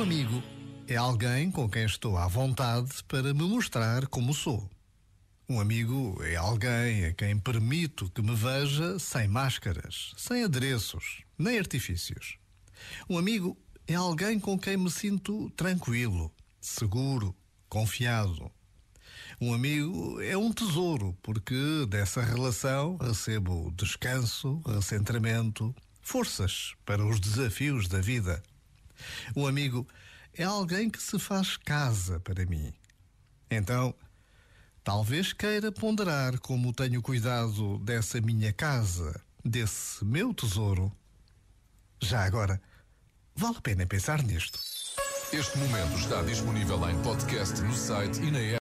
amigo é alguém com quem estou à vontade para me mostrar como sou. Um amigo é alguém a quem permito que me veja sem máscaras, sem adereços, nem artifícios. Um amigo é alguém com quem me sinto tranquilo, seguro, confiado. Um amigo é um tesouro, porque dessa relação recebo descanso, recentramento, forças para os desafios da vida. Um amigo é alguém que se faz casa para mim. Então, talvez queira ponderar como tenho cuidado dessa minha casa, desse meu tesouro. Já agora, vale a pena pensar nisto. Este momento está disponível em podcast no site e na app.